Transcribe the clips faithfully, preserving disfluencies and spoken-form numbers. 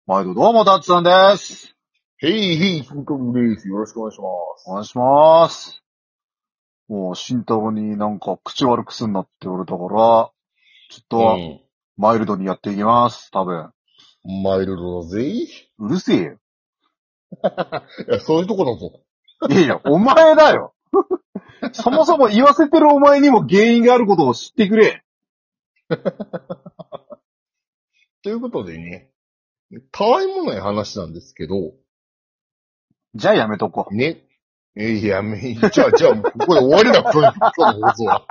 毎度どうも、たっつんです。 へいへい、キントンです。よろしくお願いします。 お願いします。もう、慎太郎になんか口悪くすんなって言われたから、ちょっと、マイルドにやっていきます、多分。 うん。マイルドだぜ。いうるせえよ。 や、そういうとこだぞ。 いやいや、お前だよ。そもそも言わせてるお前にも原因があることを知ってくれ。 ということでね、たわいもない話なんですけど、 じゃあやめとこね、えいやめ、じゃあ、じゃあ、ここで終わりだ、今日今日の放送は。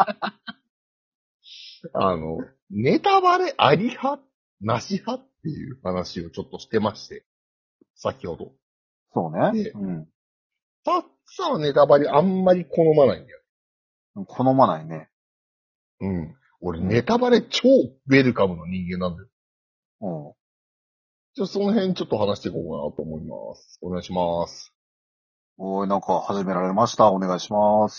あの、ネタバレあり派なし派っていう話をちょっとしてまして、先ほど。 う。そうね。 で、 うん。 たっさはネタバレあんまり好まないんだよ。 好まないね。 うん。俺、 うんネタバレ超ウェルカムの人間なんだよ。 うん。 じゃあその辺ちょっと話していこうかなと思います。お願いします。 おい、なんか始められました。お願いします。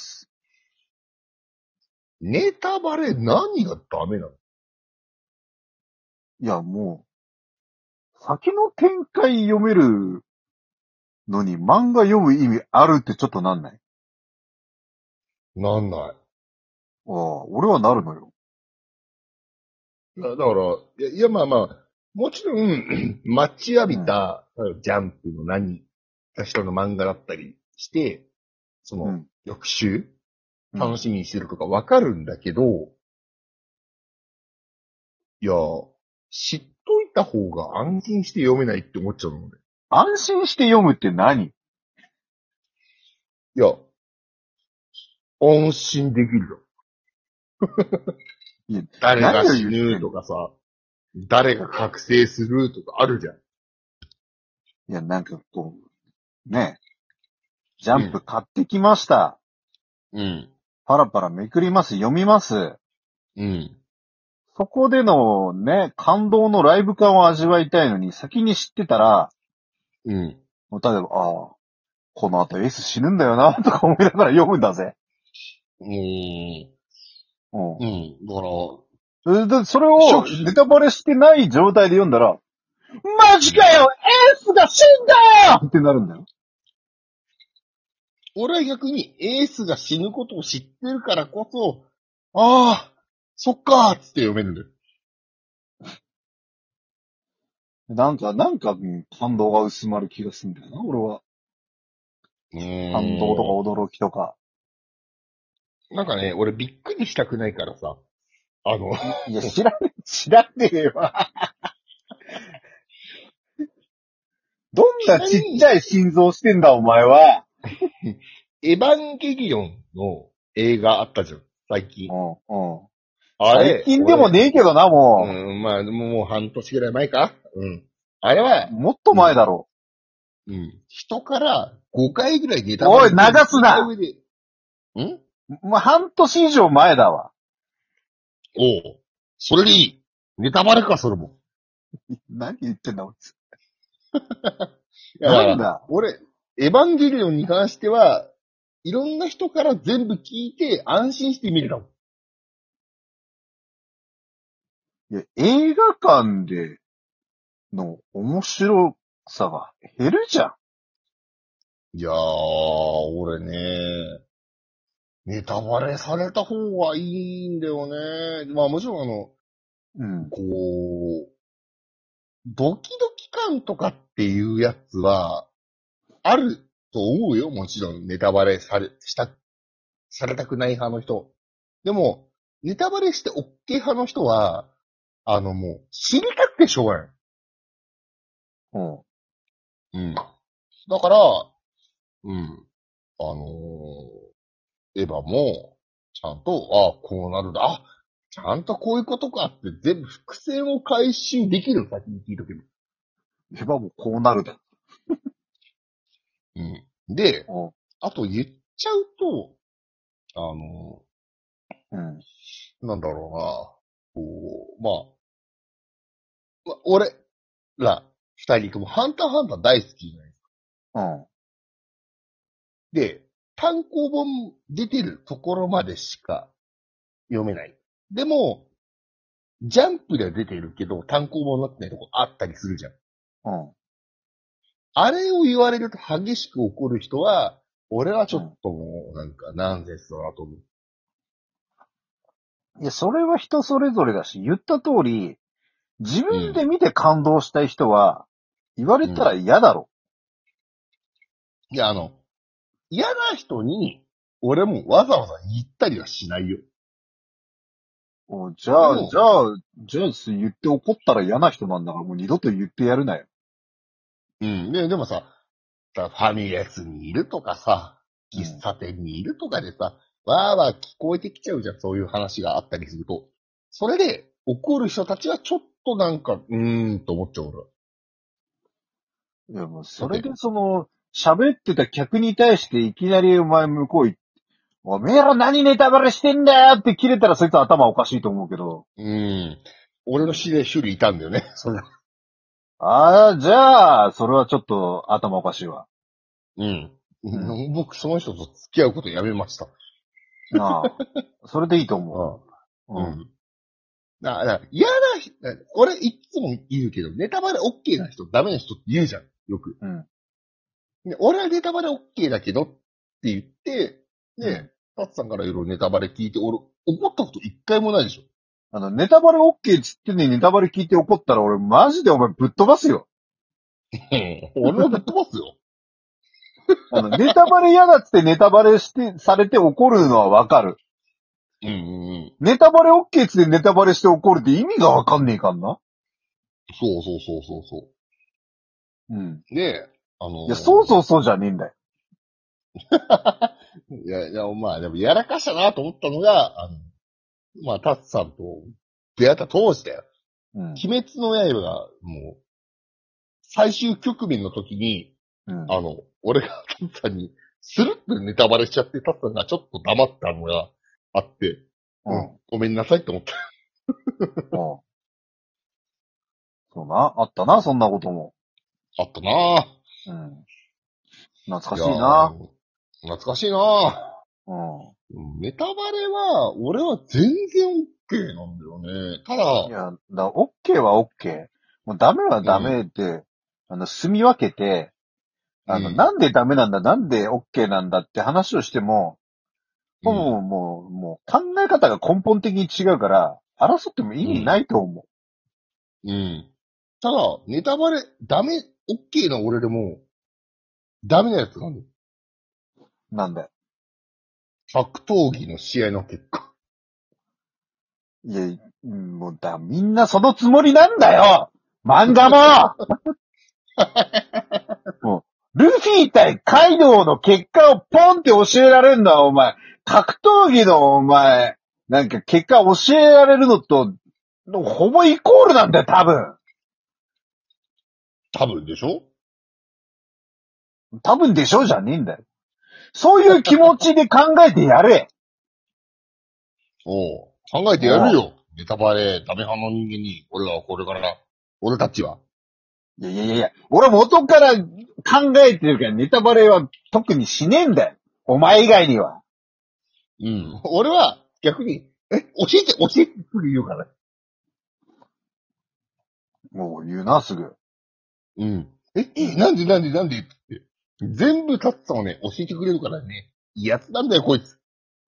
ネタバレ何がダメなの？ いや、もう、先の展開読めるのに漫画読む意味あるってちょっとなんない？ なんない。 ああ、俺はなるのよ。 だだから、いや、いやまあまあ、もちろん、待ちわびた、ジャンプの何かしらの漫画だったりして、その、 うん。 翌週、 うん。 楽しみにしてるとかわかるんだけど、いや、知っといた方が安心して読めないって思っちゃうのね。 安心して読むって何？ いや、安心できるよ。 いや、 誰が死何を言ってんの？ ぬとかさ、誰が覚醒するとかあるじゃん。 いや、なんかこう、ね、ジャンプうん。 買ってきました。 うん。 パラパラめくります、読みます。 うん。 そこでのね、感動のライブ感を味わいたいのに、先に知ってたら、 うん。 もう例えば、ああ、この後エース死ぬんだよな、とか思いながら読むんだぜ。 うーん。 ううん。だから、 ん。で、それを初期、 ネタバレしてない状態で読んだら、マジかよエースが死んだよってなるんだよ。 俺は逆にエースが死ぬことを知ってるからこそ、ああ、そっかーっつって読めるんだよ。 なんか、なんか、うん感動が薄まる気がするんだよな、俺は。 う感動とかー驚きとか。 ん。なんかね、俺びっくりしたくないからさ、あの、 いや、知らねえ、知らねえわ。どんなちっちゃい心臓してんだ、お前は。 エヴァンゲリオンの映画あったじゃん、最近。 うん、うん。 あれ、 最近でもねえけどな、もうん、まあ、もう半年ぐらい前かうん。あれはう。、もっと前だろうん。人からごかいぐらいネタおいバレ流すな聞いた上で、んう。まあ、半年以上前だわ。 おう。それでいい。ネタバレか、それも。 何言ってんだ、こいつ。 いや、だから、 なんだ。 俺、エヴァンゲリオンに関しては、いろんな人から全部聞いて安心して見れたもん。 いや、映画館での面白さが減るじゃん。 いやー、俺ね、ネタバレされた方がいいんだよね。まあもちろんあの、 うん。 こう、ドキドキ感とかっていうやつは、あると思うよ。もちろん、ネタバレされ、した、されたくない派の人。でも、ネタバレして OK 派の人は、あのもう、知りたくてしょうがない。 うん。 うん。だから、うん。あのーエヴァも、ちゃんと、あこうなるんだ。あ、ちゃんとこういうことかって全部伏線を回収できる先に聞いとけば。 エヴァもこうなるだ。 うん。で、 うあと言っちゃうと、あのん。うん。 ーなんだろうな。こう、まあ、ま俺ら二人ともハンターハンター大好きじゃない。 うん。 で、単行本出てるところまでしか読めない。でも、ジャンプでは出てるけど、単行本になってないとこあったりするじゃん。 うん。 あれを言われると激しく怒る人は、俺はちょっともう、なんか、ナンセンスだなと思う。 いや、それは人それぞれだし、言った通り、自うん。 分で見て感動したい人は、言われたらうん。 嫌だろ。 いや、あの、嫌な人に、俺もわざわざ言ったりはしないよ。 おじゃあ、じでも、 ゃあ、じゃあ言って怒ったら嫌な人なんだからもう二度と言ってやるなよ。 うん。で、でもさ、さファミレスにいるとかさ、喫うん。 茶店にいるとかでさ、わーわー聞こえてきちゃうじゃん、そういう話があったりすると。それで、怒る人たちはちょっとなんか、うーんと思っちゃう俺は。 いや、もう、 だって、 それでその、喋ってた客に対していきなりお前向こう行って、おめえら何ネタバレしてんだよって切れたらそいつ頭おかしいと思うけど。 うーん。俺の知り合い一人いたんだよね。それ。 ああ、じゃあ、それはちょっと頭おかしいわ。 うん。 うん。 僕、その人と付き合うことやめました。 ああ。それでいいと思う。 うん。 うん。 うん。だから、嫌な人、俺いつも言うけど、ネタバレ OK な人、ダメな人って言うじゃん。よく。 うん。 で俺はネタバレ OK だけどって言って、 うん。 で、タツさんからいろいろネタバレ聞いて、俺、怒ったこと一回もないでしょ。 あの、ネタバレ OK っつってね、ネタバレ聞いて怒ったら俺マジでお前ぶっ飛ばすよ。 俺はぶっ飛ばすよ。 あの、ネタバレ嫌だっつってネタバレして、されて怒るのはわかる。 うんうんネタバレ OK っつってネタバレして怒るって意味がわかんねえかんな。 そうそうそうそうそうん。 う。で、あのいや、そうー、 そうそうじゃねえんだよ。 いや、いや、まあ、でもやらかしたなと思ったのが、あの、まあ、タツさんと出会った当時だよ。 うん。 鬼滅の刃が、もう、最終局面の時に、 うん。 あの、俺がタツさんに、スルッとネタバレしちゃって、タツさんがちょっと黙ったのがあって、うん、 うん。 ごめんなさいって思った。 うん。そうな。あったな、そんなことも。 あったなぁ。 うん。懐かいやしいな。 ー、懐かしいなうん。 ぁ。ネタバレは、俺は全然 OK なんだよね。ただ、 いや、だ、OK は OK。もうダメはダうん、 メで、あの、住み分けて、あの、 うん、 なんでダメなんだ、なんで OK なんだって話をしても、 うん、 もう、もう、もう、考え方が根本的に違うから、争っても意味なうん、 いと思うん。ただ、ネタバレ、ダメ、OK な俺でも、ダメなやつがあるの。 う。なんだよ。 格闘技の試合の結果。 いや、うんもうだ、みんなそのつもりなんだよ漫画ももう、ルフィ対カイドウの結果をポンって教えられるのはお前、格闘技のお前、なんか結果教えられるのと、ほぼイコールなんだよ、多分。 多分でしょ。 多分でしょじゃねえんだよ。そういう気持ちで考えてやれ。 おう考えてやおうるよ。ネタバレ、ダメ派の人間に、俺はこれから、俺たちは。 いやいやいやいや、俺元から考えてるからネタバレは特にしねえんだよ。お前以外には。 うん。俺は、逆に、え、教えて、教えてくれ言うから。 もう言うな、すぐ。 うん。え、 うん。 なんでなんでなんでって。全部タッツさんをね、教えてくれるからね。いいやつなんだよ、こいつ。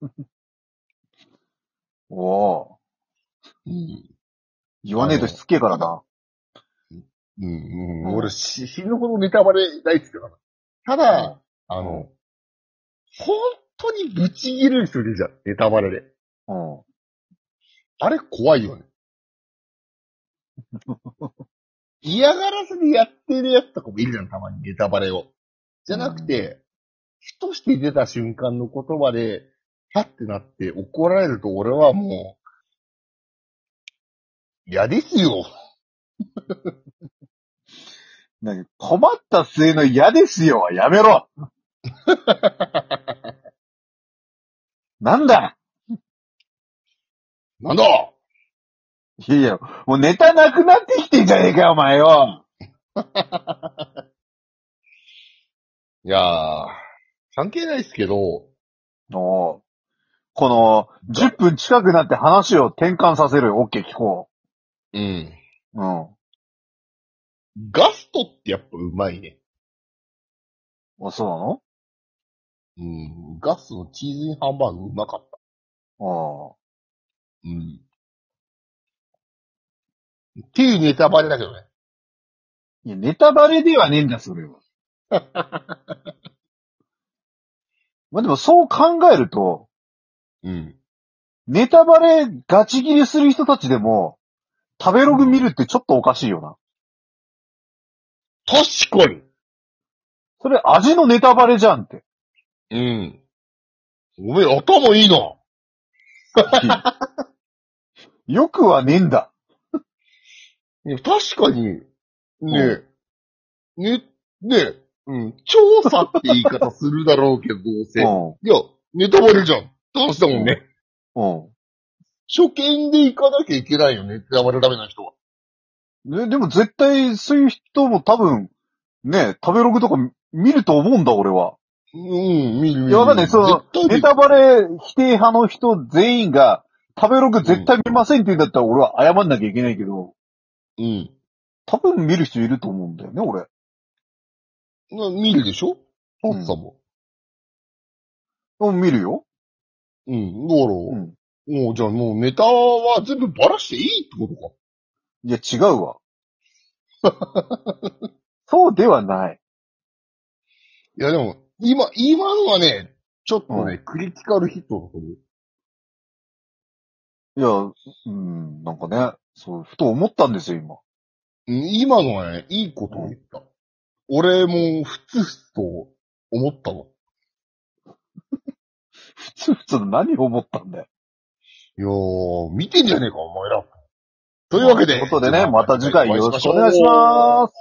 おううん。 言わねえとしあの、 つけえからただ、 な。 うん、うん、俺、 うん。 し死ぬほどネタバレ大好きだから。たうん。 だ、あうん。 の、本当にブチ切れる人いるじゃん、ネタバレで。 うん。 あれ怖いよね。嫌がらせでやってるやつとかもいるじゃん、たまにネタバレを。じゃなくうん。 て、ふとして出た瞬間の言葉で、はってなって怒られると俺はもう、嫌ですよ。 なんか困った末の嫌ですよはやめろ。なんだなんだいやいや、もうネタなくなってきてんじゃねえかよ、お前よ。 いやー、関係ないですけど、 おうこの、10 が、 分近くなって話を転換させる。オッケー聞こうん。 う。うん。 ガストってやっぱうまいね。 あ、そうなの？ うん。ガストのチーズインハンバーグうまかった。 ああ。 うん。っていうネタバレだけどね。 いや、ネタバレではねえんだ、それは。まあでもそう考えると、 うん。 ネタバレガチ切りする人たちでも、食べログ見るってちょっとおかしいよな。 確かに。 それ味のネタバレじゃんって。 うん。おめえ頭いいな。 よくはねえんだ。 いや確かに、ねうえ、ね、ねえ、うん、調査って言い方するだろうけど、どうせ。いうや、ネタバレじゃん。って話だもんね。 ん。うん。 初見で行かなきゃいけないよね。ネタバレダメな人は。 ね、でも絶対そういう人も多分、ね、食べログとか見ると思うんだ、俺は。 うん、見る見る。 いや、わかんない。その、 絶対見るネタバレ否定派の人全員が、食べログ絶対見ませんって言うんだったら俺は謝んなきゃいけないけど、 うん。 多分見る人いると思うんだよね、俺。 な見るでしょうんハツさんも。 うん見るよ。 うん。だから、 うん。 もうじゃあもうネタは全部バラしていいってことか。 いや、違うわ。そうではない。 いやでも、今、今のはね、ちょっとね、 うんクリティカルヒットだと思う。 いや、うん、なんかね、そう、ふと思ったんですよ、今。 うん今のはね、いいことを言った。俺も、ふつふつと思ったわ。 ふつふつと何を思ったんだよ。 いやー、見てんじゃねえか、お前ら。というわけで。 ということでね、また次回よろしくおお会いしましょう願いします。